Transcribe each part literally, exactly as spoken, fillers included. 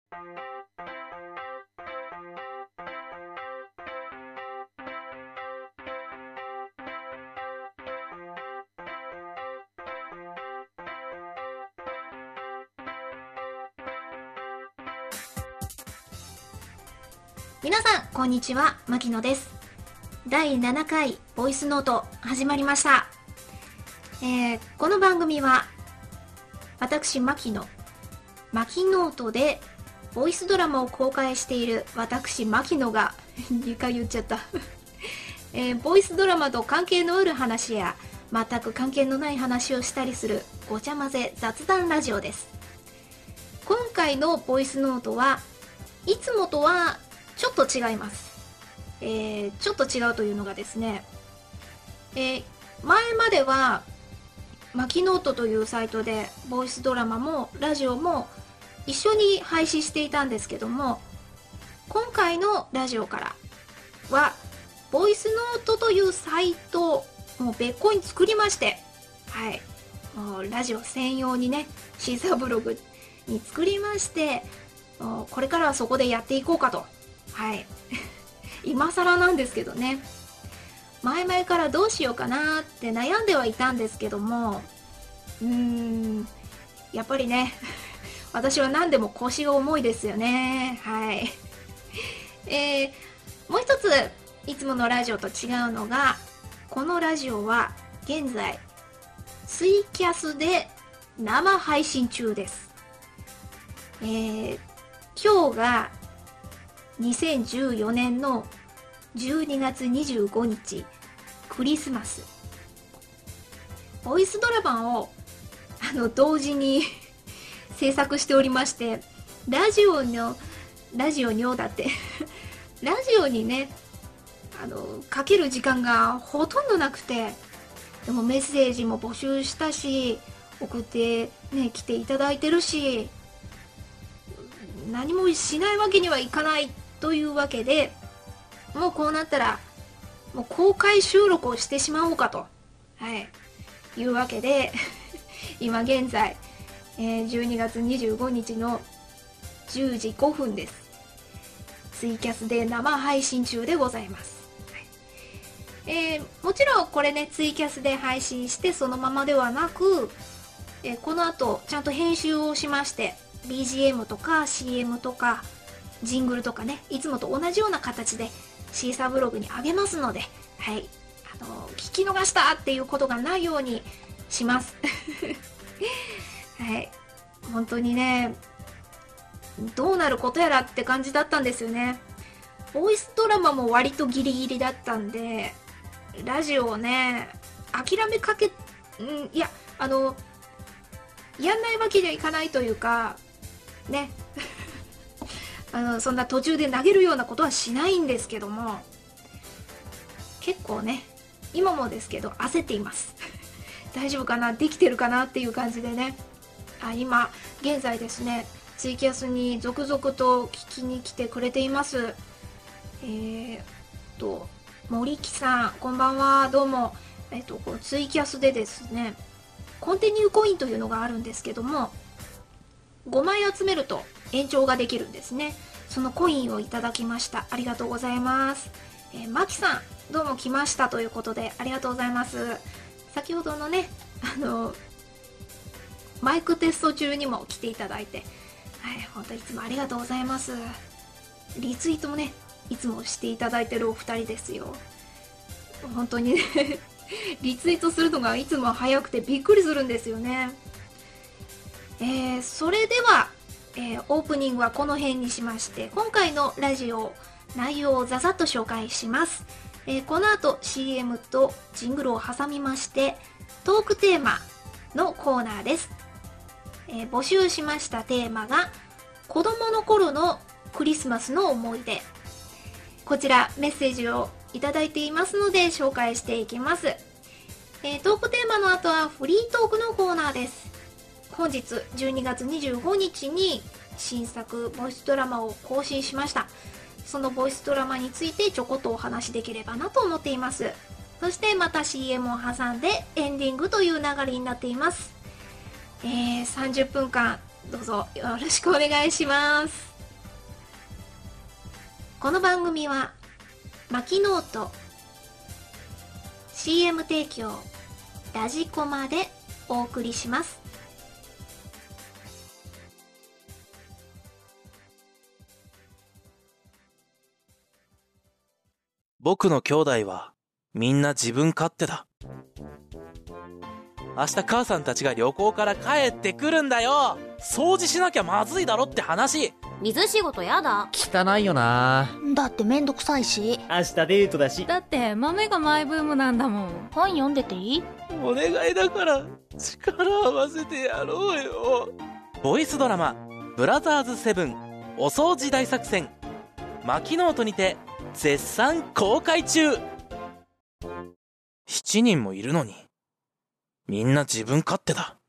皆さんこんにちは、牧野です。だいななかいボイスノート始まりました。えー、この番組は私牧野牧ノートでボイスドラマを公開している私牧野がにかい言っちゃった、えー、ボイスドラマと関係のある話や全く関係のない話をしたりするごちゃ混ぜ雑談ラジオです。今回のボイスノートはいつもとはちょっと違います。えー、ちょっと違うというのがですね、えー、前まではマキノートというサイトでボイスドラマもラジオも一緒に配信していたんですけども、今回のラジオからはボイスノートというサイトをもう別個に作りまして、はい、もうラジオ専用にねシーサーブログに作りまして、これからはそこでやっていこうかと、はい今更なんですけどね、前々からどうしようかなって悩んではいたんですけども、うーんやっぱりね私は何でも腰が重いですよね。はいえー、もう一ついつものラジオと違うのが、このラジオは現在ツイキャスで生配信中です。えー、今日がにせんじゅうよねんのじゅうにがつにじゅうごにちクリスマス。ボイスドラマをあの同時に制作しておりまして、ラジオのラジオにだってラジオにねあのかける時間がほとんどなくて、でもメッセージも募集したし送ってね来ていただいてるし、何もしないわけにはいかないというわけで、もうこうなったらもう公開収録をしてしまおうかと、はい、いうわけで今現在、えー、じゅうにがつにじゅうごにちのじゅうじごふんです。ツイキャスで生配信中でございます。はい、えー、もちろんこれねツイキャスで配信してそのままではなく、えー、この後ちゃんと編集をしまして ビージーエム とか シーエム とかジングルとかね、いつもと同じような形でシーサーブログに上げますので、はい、あの聞き逃したっていうことがないようにしますはい、本当にねどうなることやらって感じだったんですよね。ボイスドラマも割とギリギリだったんで、ラジオをね諦めかけ、うん、いやあのやんないわけにはいかないというかねあのそんな途中で投げるようなことはしないんですけども、結構ね今もですけど焦っています大丈夫かな、できてるかなっていう感じでね、あ今現在ですねツイキャスに続々と聞きに来てくれています。えー、っと森木さんこんばんは、どうも。えっとこのツイキャスでですねコンティニューコインというのがあるんですけども、ごまい集めると延長ができるんですね。そのコインをいただきました。ありがとうございます。えー、マキさんどうも来ましたということでありがとうございます。先ほどのねあのマイクテスト中にも来ていただいて、はい、本当いつもありがとうございます。リツイートもねいつもしていただいてるお二人ですよ。本当にねリツイートするのがいつも早くてびっくりするんですよね。えー、それでは、えー、オープニングはこの辺にしまして、今回のラジオ内容をざざっと紹介します。えー、この後 シーエム とジングルを挟みましてトークテーマのコーナーです。えー、募集しましたテーマが子供の頃のクリスマスの思い出。こちらメッセージをいただいていますので紹介していきます。えー、トークテーマの後はフリートークのコーナーです。本日じゅうにがつにじゅうごにちに新作ボイスドラマを更新しました。そのボイスドラマについてちょこっとお話しできればなと思っています。そしてまた シーエム を挟んでエンディングという流れになっています。えー、さんじゅっぷんかんどうぞよろしくお願いします。 この番組はマキノート シーエム 提供ラジコマでお送りします。 僕の兄弟はみんな自分勝手だ。明日母さんたちが旅行から帰ってくるんだよ。掃除しなきゃまずいだろって話。 水仕事やだ。 汚いよな。 だってめんどくさいし。 明日デートだし。 だって豆がマイブームなんだもん。 本読んでていい？ お願いだから力を合わせてやろうよ。ボイスドラマブラザーズセブンお掃除大作戦、マキノートにて絶賛公開中。七人もいるのにみんな自分勝手だ。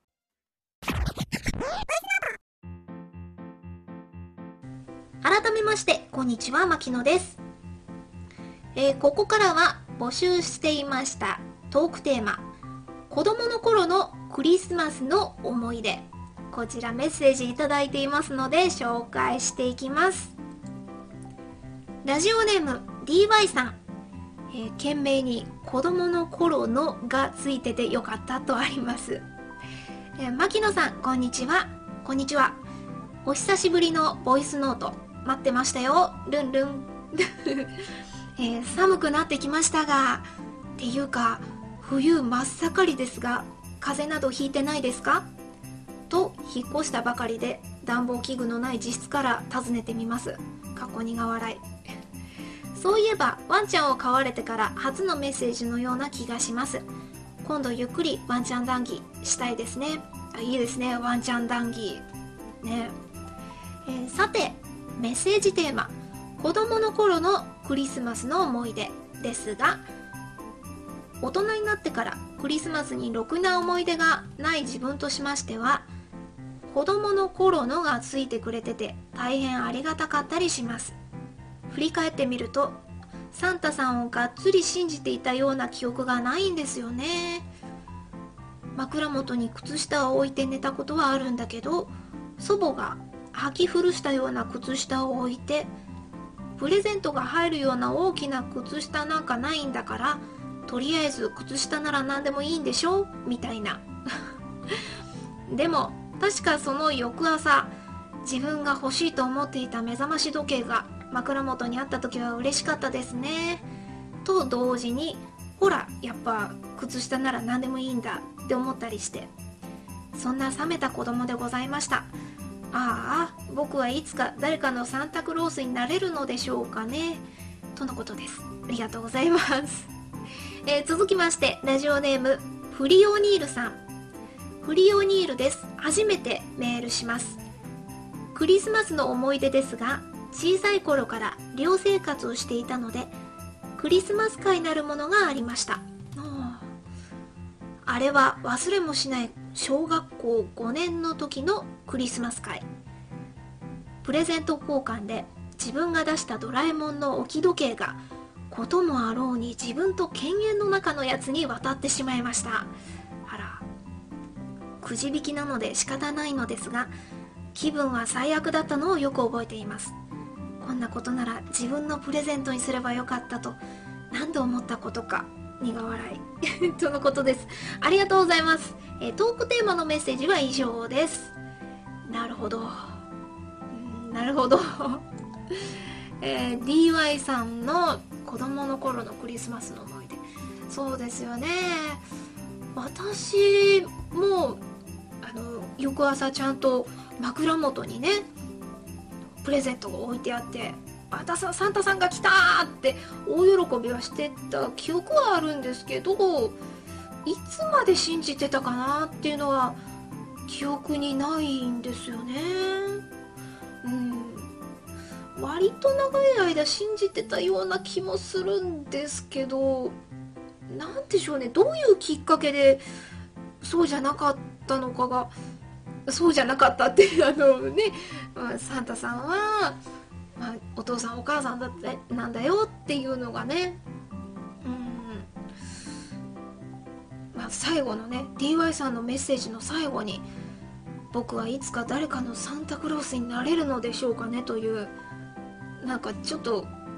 改めましてこんにちは、マキノです。えー、ここからは募集していましたトークテーマ、子供の頃のクリスマスの思い出、こちらメッセージいただいていますので紹介していきます。ラジオネーム ディーワイ さん、えー、懸命に子供の頃のがついててよかったとあります。えー、牧野さん、こんにちは。こんにちは。お久しぶりのボイスノート待ってましたよ、ルンルン。えー、寒くなってきましたが、っていうか冬真っ盛りですが、風邪などひいてないですかと引っ越したばかりで暖房器具のない自室から尋ねてみます。かっこ苦笑い。そういえばワンちゃんを飼われてから初のメッセージのような気がします。今度ゆっくりワンちゃん談義したいですね。あ、いいですね、ワンちゃん談義ね。えー、さてメッセージテーマ、子供の頃のクリスマスの思い出ですが、大人になってからクリスマスにろくな思い出がない自分としましては、子供の頃のがついてくれてて大変ありがたかったりします。振り返ってみるとサンタさんをがっつり信じていたような記憶がないんですよね。枕元に靴下を置いて寝たことはあるんだけど、祖母が履き古したような靴下を置いて、プレゼントが入るような大きな靴下なんかないんだから、とりあえず靴下なら何でもいいんでしょみたいな。でも確かその翌朝、自分が欲しいと思っていた目覚まし時計が枕元にあった時は嬉しかったですね。と同時に、ほらやっぱ靴下なら何でもいいんだって思ったりして、そんな冷めた子供でございました。ああ、僕はいつか誰かのサンタクロースになれるのでしょうかね、とのことです。ありがとうございます。えー、続きましてラジオネームフリオニールさん。フリオニールです。初めてメールします。クリスマスの思い出ですが、小さい頃から寮生活をしていたのでクリスマス会なるものがありました。あれは忘れもしない小学校ごねんの時のクリスマス会。プレゼント交換で自分が出したドラえもんの置き時計がこともあろうに自分と犬猿の中のやつに渡ってしまいました。あら、くじ引きなので仕方ないのですが、気分は最悪だったのをよく覚えています。こんなことなら自分のプレゼントにすればよかったと何度思ったことか、苦笑いとのことです。ありがとうございます。えー、トークテーマのメッセージは以上です。なるほど、うんなるほど、えー、ディーワイ さんの子供の頃のクリスマスの思い出、そうですよね。私もあの翌朝ちゃんと枕元にねプレゼントが置いてあって、あたさサンタさんが来たーって大喜びはしてた記憶はあるんですけど、いつまで信じてたかなっていうのは記憶にないんですよね。うん、割と長い間信じてたような気もするんですけど、なんでしょうね、どういうきっかけでそうじゃなかったのかが、そうじゃなかったってあのね、まあ、サンタさんはまあ、お父さんお母さんだってなんだよっていうのがね、うん、まあ、最後のね ディーワイ さんのメッセージの最後に、僕はいつか誰かのサンタクロースになれるのでしょうかねという、なんかちょっと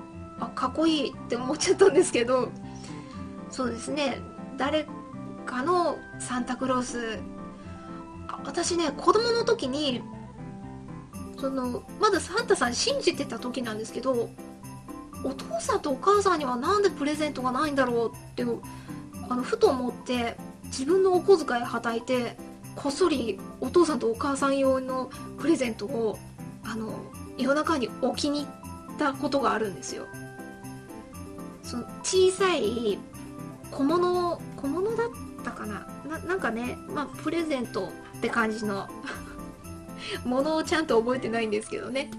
あ、かっこいいって思っちゃったんですけど、そうですね、誰かのサンタクロース、あ、私ね、子供の時にそのまだサンタさん信じてた時なんですけど、お父さんとお母さんにはなんでプレゼントがないんだろうってあのふと思って、自分のお小遣いはたいてこっそりお父さんとお母さん用のプレゼントをあの夜中に置きに行ったことがあるんですよ。その小さい小物小物だったかな、 な, なんかね、まあプレゼントって感じのものをちゃんと覚えてないんですけどね、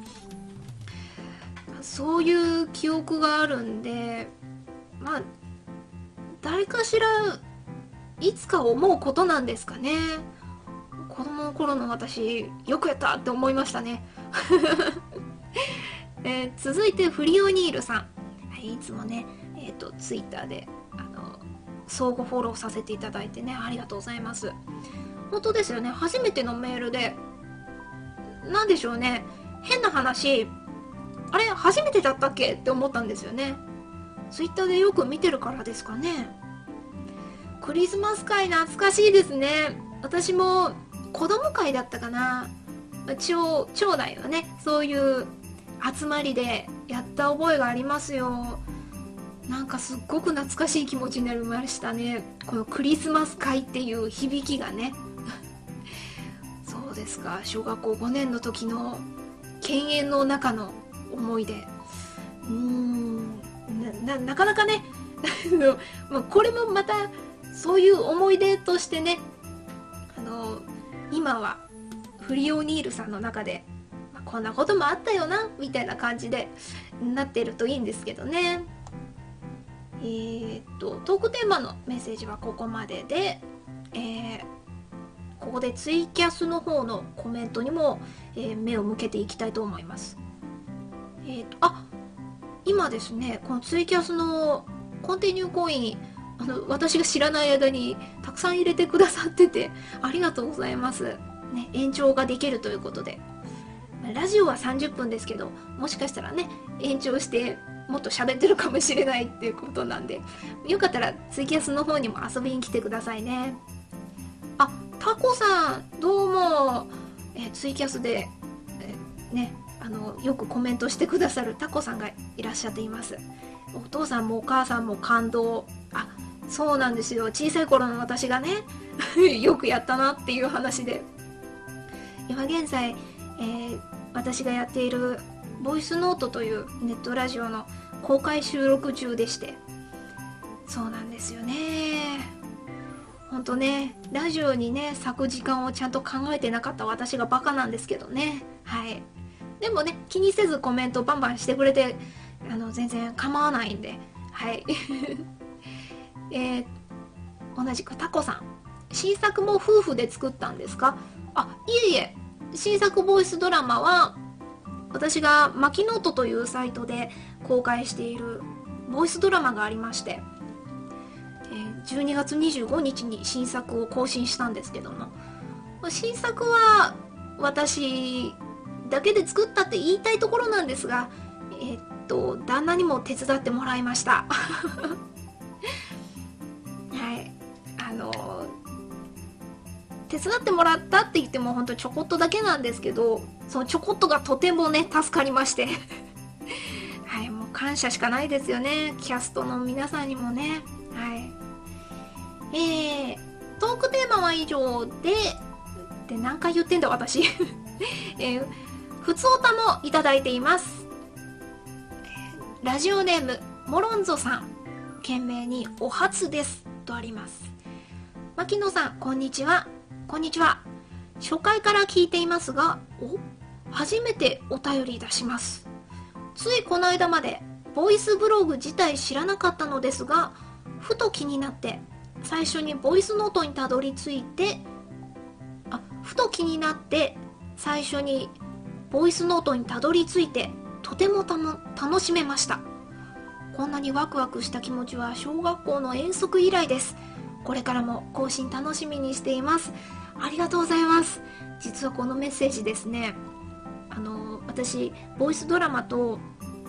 そういう記憶があるんで、まあ誰かしらいつか思うことなんですかね。子供の頃の私よくやったって思いましたね、えー、続いてフリオニールさん、はい、いつもね、えーと、ツイッターであの相互フォローさせていただいてね、ありがとうございます。本当ですよね、初めてのメールで、なんでしょうね、変な話、あれ初めてだったっけって思ったんですよね。ツイッターでよく見てるからですかね。クリスマス会懐かしいですね。私も子供会だったかな、町町内のね、そういう集まりでやった覚えがありますよ。なんかすっごく懐かしい気持ちになりましたね、このクリスマス会っていう響きがねそうですか、小学校ごねんの時の犬猿の中の思い出、うーん な, な, なかなかねまあこれもまたそういう思い出としてね、あの今はフリオニールさんの中で、まあ、こんなこともあったよなみたいな感じでなってるといいんですけどね。えー、っとトークテーマのメッセージはここまでで、えー、ここでツイキャスの方のコメントにも、えー、目を向けていきたいと思います。えー、っとあ今ですね、このツイキャスのコンティニューコイン、あの私が知らない間にたくさん入れてくださっててありがとうございます、ね、延長ができるということで、ラジオはさんじゅっぷんですけど、もしかしたらね延長してもっと喋ってるかもしれないっていうことなんで、よかったらツイキャスの方にも遊びに来てくださいね。あ、タコさんどうも、えツイキャスで、えね、あのよくコメントしてくださるタコさんがいらっしゃっています。お父さんもお母さんも感動。あ、そうなんですよ、小さい頃の私がねよくやったなっていう話で、今現在、えー、私がやっているボイスノートというネットラジオの公開収録中でして、そうなんですよね、ほんとね、ラジオにね割く時間をちゃんと考えてなかった私がバカなんですけどね。はい、でもね気にせずコメントバンバンしてくれて、あの全然構わないんで、はいえー、同じくタコさん、新作も夫婦で作ったんですか？あ、いえいえ、新作ボイスドラマは私がマキノートというサイトで公開しているボイスドラマがありまして、えー、じゅうにがつにじゅうごにちに新作を更新したんですけども、新作は私だけで作ったって言いたいところなんですが、えー、っと旦那にも手伝ってもらいましたはい、あの手伝ってもらったって言ってもほんとちょこっとだけなんですけど、そのちょこっとがとてもね助かりましてはい、もう感謝しかないですよね、キャストの皆さんにもね。はい、えー、トークテーマは以上でで何回言ってんだ私えー、ふつおたもいただいています。ラジオネームモロンゾさん、懸命にお初ですとあります。牧野さんこんにちは。こんにちは。初回から聞いていますが、お初めてお便り出します。ついこの間までボイスブログ自体知らなかったのですが、ふと気になって最初にボイスノートにたどり着いてあふと気になって最初にボイスノートにたどり着いてとてもたも楽しめました。こんなにワクワクした気持ちは小学校の遠足以来です。これからも更新楽しみにしています。ありがとうございます。実はこのメッセージですね、あの私ボイスドラマと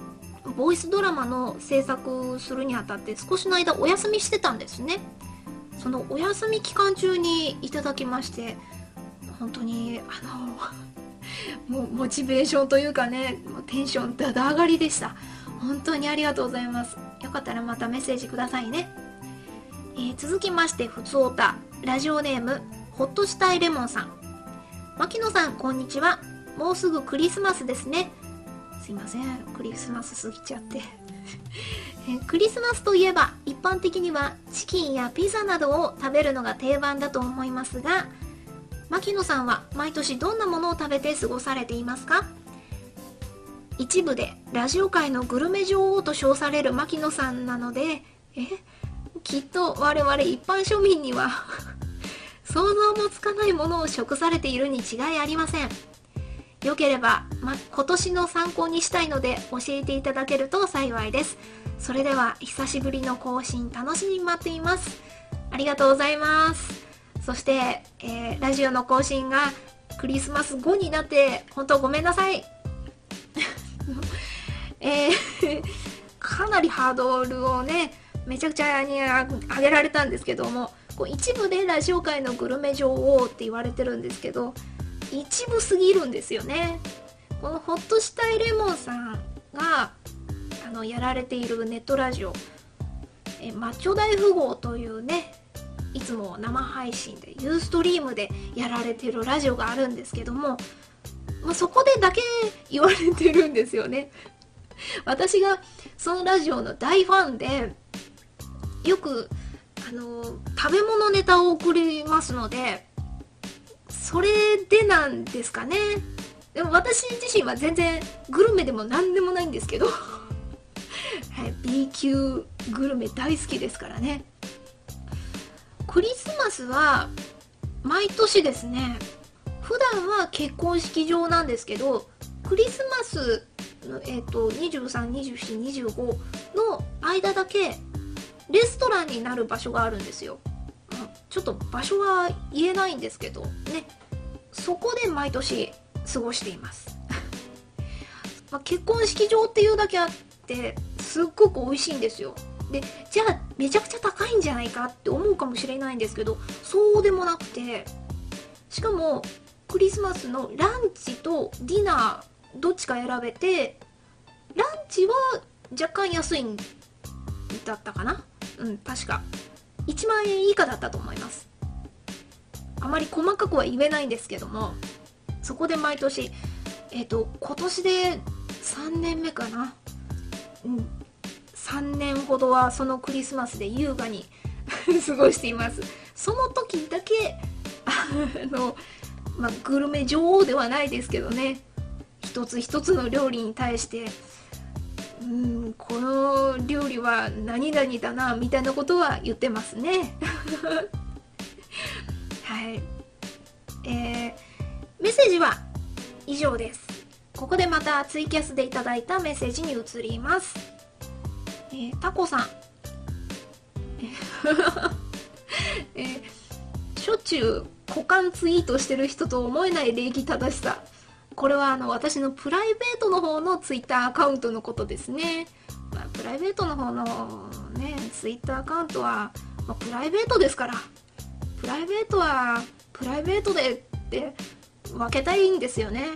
ボイスドラマの制作するにあたって少しの間お休みしてたんですね。そのお休み期間中にいただきまして、本当にあのもうモチベーションというかね、もうテンションだだ上がりでした。本当にありがとうございます。よかったらまたメッセージくださいね。えー、続きまして、ふつおたラジオネームほっとしたいレモンさん。牧野さん、こんにちは。もうすぐクリスマスですね。すいません、クリスマス過ぎちゃってえクリスマスといえば一般的にはチキンやピザなどを食べるのが定番だと思いますが、牧野さんは毎年どんなものを食べて過ごされていますか？一部でラジオ界のグルメ女王と称される牧野さんなので、えきっと我々一般庶民には想像もつかないものを食されているに違いありません。よければ、ま、今年の参考にしたいので教えていただけると幸いです。それでは久しぶりの更新楽しみに待っています。ありがとうございます。そして、えー、ラジオの更新がクリスマス後になって本当ごめんなさい、えー、かなりハードルをねめちゃくちゃに上げられたんですけども、こう一部でラジオ界のグルメ女王って言われてるんですけど、一部すぎるんですよね。このほっとしたいレモンさんがあのやられているネットラジオえマッチョ大富豪というね、いつも生配信でユーストリームでやられているラジオがあるんですけども、まあ、そこでだけ言われてるんですよね。私がそのラジオの大ファンで、よくあの食べ物ネタを送りますので、それでなんですかね。でも私自身は全然グルメでも何でもないんですけど、はい、B 級グルメ大好きですからね。クリスマスは毎年ですね、普段は結婚式場なんですけど、クリスマスの、えーと、にじゅうさん、にじゅうよん、にじゅうごの間だけレストランになる場所があるんですよ。ちょっと場所は言えないんですけどね、そこで毎年過ごしていますまあ結婚式場っていうだけあってすっごく美味しいんですよ。で、じゃあめちゃくちゃ高いんじゃないかって思うかもしれないんですけど、そうでもなくて、しかもクリスマスのランチとディナーどっちか選べて、ランチは若干安いんだったかな、うん、確かいちまんえん以下だったと思います。あまり細かくは言えないんですけども、そこで毎年、えっと、今年でさんねんめかな、うん、さんねんほどはそのクリスマスで優雅に過ごしています。その時だけ、あの、まあ、グルメ女王ではないですけどね、一つ一つの料理に対して、うん、この料理は何々だなみたいなことは言ってますねはい、えー、メッセージは以上です。ここでまたツイキャスでいただいたメッセージに移ります。えー、タコさんえー、しょっちゅう股間ツイートしてる人と思えない礼儀正しさ。これはあの私のプライベートの方のツイッターアカウントのことですね。まあ、プライベートの方のねツイッターアカウントは、まあ、プライベートですから、プライベートはプライベートでって分けたいんですよね、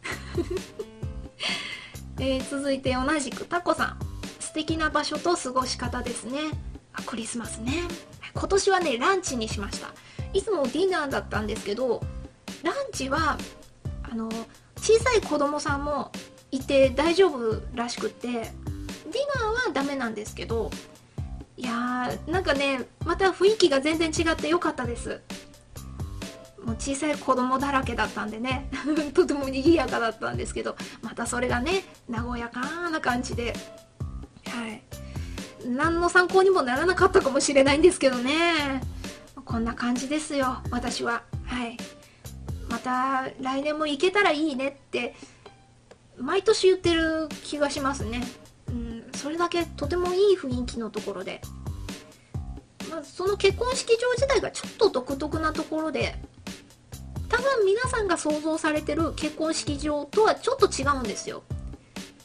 えー、続いて同じくタコさん、素敵な場所と過ごし方ですね。あ、クリスマスね。今年はねランチにしました。いつもディナーだったんですけど、ランチはあの小さい子供さんもいて大丈夫らしくて、ディナーはダメなんですけど、いやーなんかねまた雰囲気が全然違って良かったです。もう小さい子供だらけだったんでねとても賑やかだったんですけど、またそれがね和やかな感じで、はい、何の参考にもならなかったかもしれないんですけどね、こんな感じですよ私は。はい、また来年も行けたらいいねって毎年言ってる気がしますね。うん、それだけとてもいい雰囲気のところで、まあ、その結婚式場自体がちょっと独特なところで、多分皆さんが想像されてる結婚式場とはちょっと違うんですよ。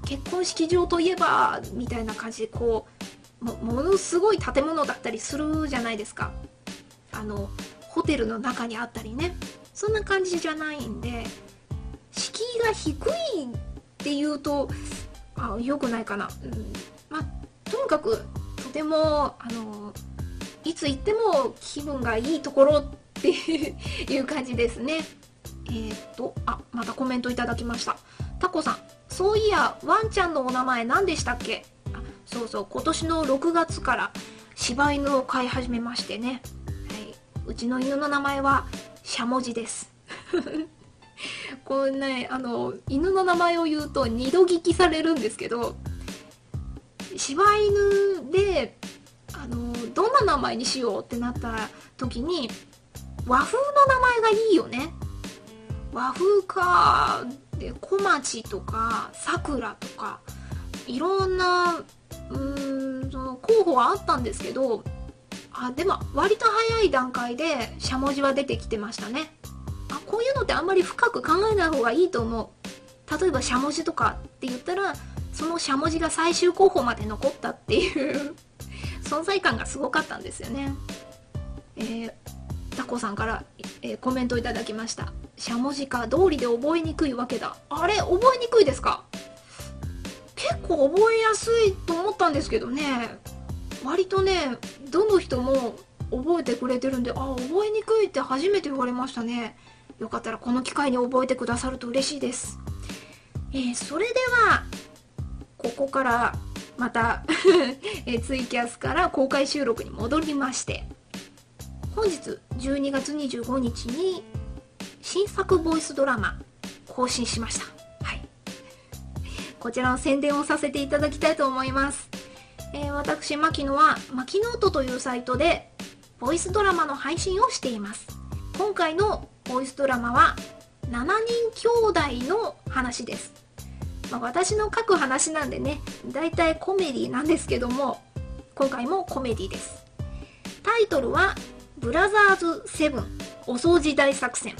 結婚式場といえばみたいな感じでこう も, ものすごい建物だったりするじゃないですか。あのホテルの中にあったりね、そんな感じじゃないんで、敷居が低いっていうとあ良くないかな、うん、まあとにかくとてもあのいつ行っても気分がいいところっていう感じですね。えー、っとあまたコメントいただきました。タコさん、そういやワンちゃんのお名前何でしたっけ。あ、そうそう、今年のろくがつから柴犬を飼い始めましてね、はい、うちの犬の名前はしゃもじですこうね、あの犬の名前を言うと二度聞きされるんですけど、柴犬であのどんな名前にしようってなった時に和風の名前がいいよね。和風かで小町とかさくらとかいろんなうーんその候補はあったんですけど、あでも割と早い段階でしゃもじは出てきてましたね。あこういうのってあんまり深く考えない方がいいと思う。例えばしゃもじとかって言ったらそのしゃもじが最終候補まで残ったっていう存在感がすごかったんですよね。えー、タコさんから、えー、コメントいただきました。しゃもじか道理で覚えにくいわけだ。あれ覚えにくいですか。結構覚えやすいと思ったんですけどね、割とねどの人も覚えてくれてるんで、あ覚えにくいって初めて言われましたね。よかったらこの機会に覚えてくださると嬉しいです。えー、それではここからまたえツイキャスから公開収録に戻りまして、本日じゅうにがつにじゅうごにちに新作ボイスドラマ更新しました。はい、こちらの宣伝をさせていただきたいと思います。えー、私牧野はマキノートというサイトでボイスドラマの配信をしています。今回のボイスドラマはしちにん兄弟の話です。まあ、私の書く話なんでね、だいたいコメディなんですけども、今回もコメディです。タイトルはブラザーズセブンお掃除大作戦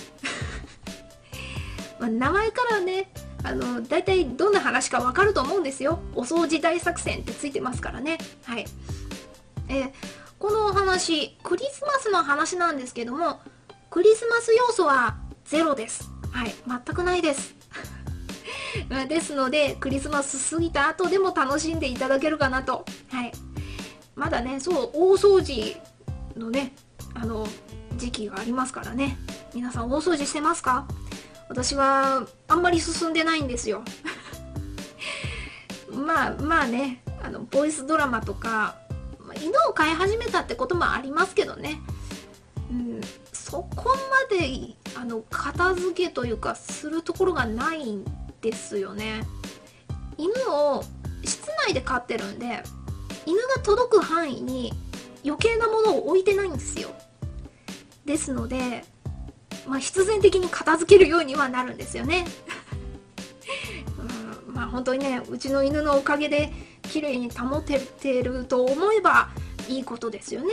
まあ名前からね、あのだいたいどんな話かわかると思うんですよ。お掃除大作戦ってついてますからね。はい、えー、このお話クリスマスの話なんですけども、クリスマス要素はゼロです。はい、全くないですですのでクリスマス過ぎた後でも楽しんでいただけるかなと。はい、まだね、そう大掃除のねあの時期がありますからね。皆さん大掃除してますか？私はあんまり進んでないんですよまあまあね、あのボイスドラマとか、まあ、犬を飼い始めたってこともありますけどね、うん、そこまであの片付けというかするところがないんですよね。犬を室内で飼ってるんで、犬が届く範囲に余計なものを置いてないんですよ。ですので、まあ、必然的に片付けるようにはなるんですよね、うん、まあ本当にね、うちの犬のおかげで綺麗に保ててると思えばいいことですよね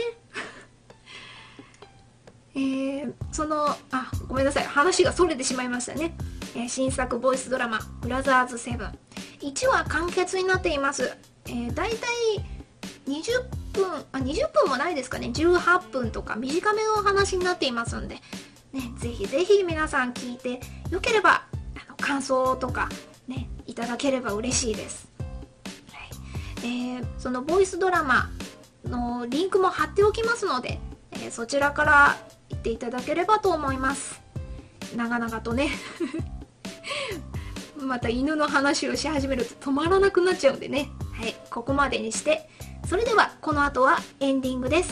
えー、そのあごめんなさい、話がそれてしまいましたね。えー、新作ボイスドラマブラザーズセブンいちわ完結になっています。えー、だいたいにじゅっぷんあにじゅっぷんもないですかね、じゅうはっぷんとか短めのお話になっていますんで、ね、ぜひぜひ皆さん聞いてよければあの感想とかねいただければ嬉しいです。はい、えー、そのボイスドラマのリンクも貼っておきますので、えー、そちらから行っていただければと思います。長々とねまた犬の話をし始めると止まらなくなっちゃうんでね、はい、ここまでにして、それではこの後はエンディングです。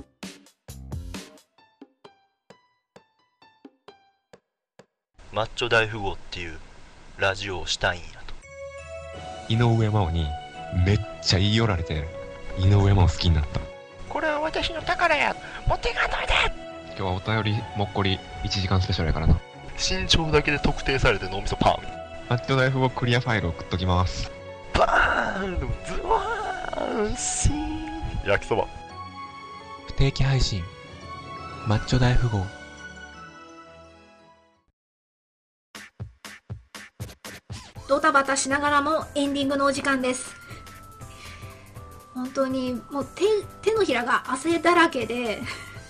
マッチョ大富豪っていうラジオをしたいんやと。 井上真央にめっちゃ言い寄られて、井上真央好きになった。 これは私の宝や、持っていかないで。 今日はお便りもっこりいちじかんスペシャルやからな。 身長だけで特定されて脳みそパーン。 マッチョ大富豪クリアファイル送っときます。 バーンズワーンシーン焼きそば。 不定期配信マッチョ大富豪。 ドタバタしながらもエンディングのお時間です。本当にもう 手, 手のひらが汗だらけで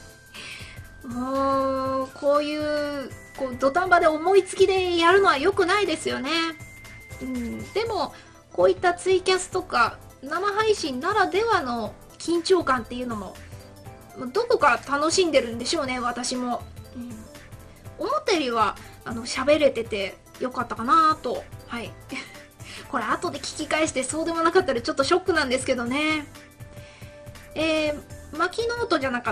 もうこういうこう土壇場で思いつきでやるのは良くないですよね。うん、でもこういったツイキャスとか生配信ならではの緊張感っていうのもどこか楽しんでるんでしょうね、私も。うん、思ったよりはあの喋れててよかったかなと。はい。これ後で聞き返してそうでもなかったらちょっとショックなんですけどね。えー、マキノートじゃなかった。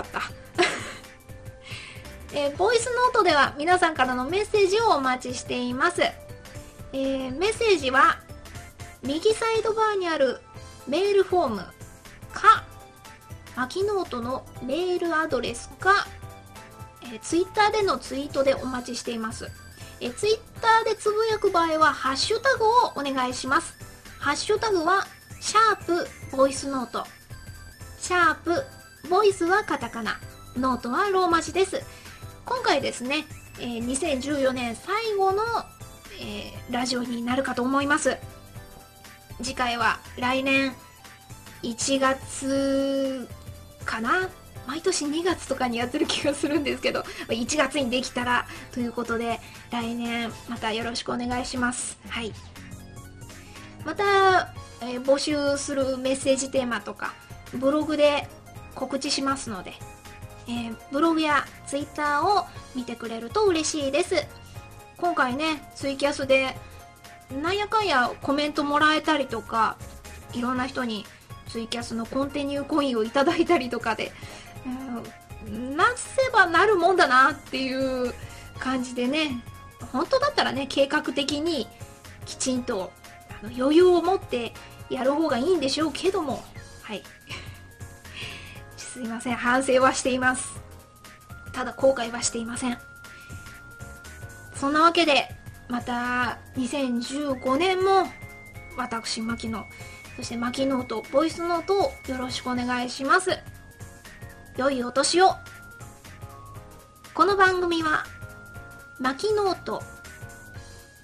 えー、ボイスノートでは皆さんからのメッセージをお待ちしています。えー、メッセージは右サイドバーにあるメールフォームか、マキノートのメールアドレスか、えー、ツイッターでのツイートでお待ちしています。えー、ツイッターでつぶやく場合はハッシュタグをお願いします。ハッシュタグはシャープボイスノート、シャープボイスはカタカナ、ノートはローマ字です。今回ですね、えー、にせんじゅうよねん最後の、えー、ラジオになるかと思います。次回は来年いちがつかな、毎年にがつとかにやってる気がするんですけど、いちがつにできたらということで、来年またよろしくお願いします。はい。また、えー、募集するメッセージテーマとかブログで告知しますので、えー、ブログやツイッターを見てくれると嬉しいです。今回ね、ツイキャスでなんやかんやコメントもらえたりとか、いろんな人にツイキャスのコンティニューコインをいただいたりとかで、うん、なせばなるもんだなっていう感じでね、本当だったらね、計画的にきちんとあの余裕を持ってやる方がいいんでしょうけども、はいすいません、反省はしています。ただ後悔はしていません。そんなわけでまたにせんじゅうごねんも私マキノ、そしてマキノートボイスノートをよろしくお願いします。良いお年を。この番組はマキノート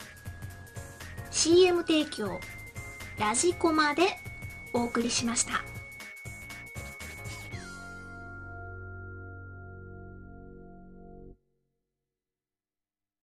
シーエム 提供ラジコマでお送りしました。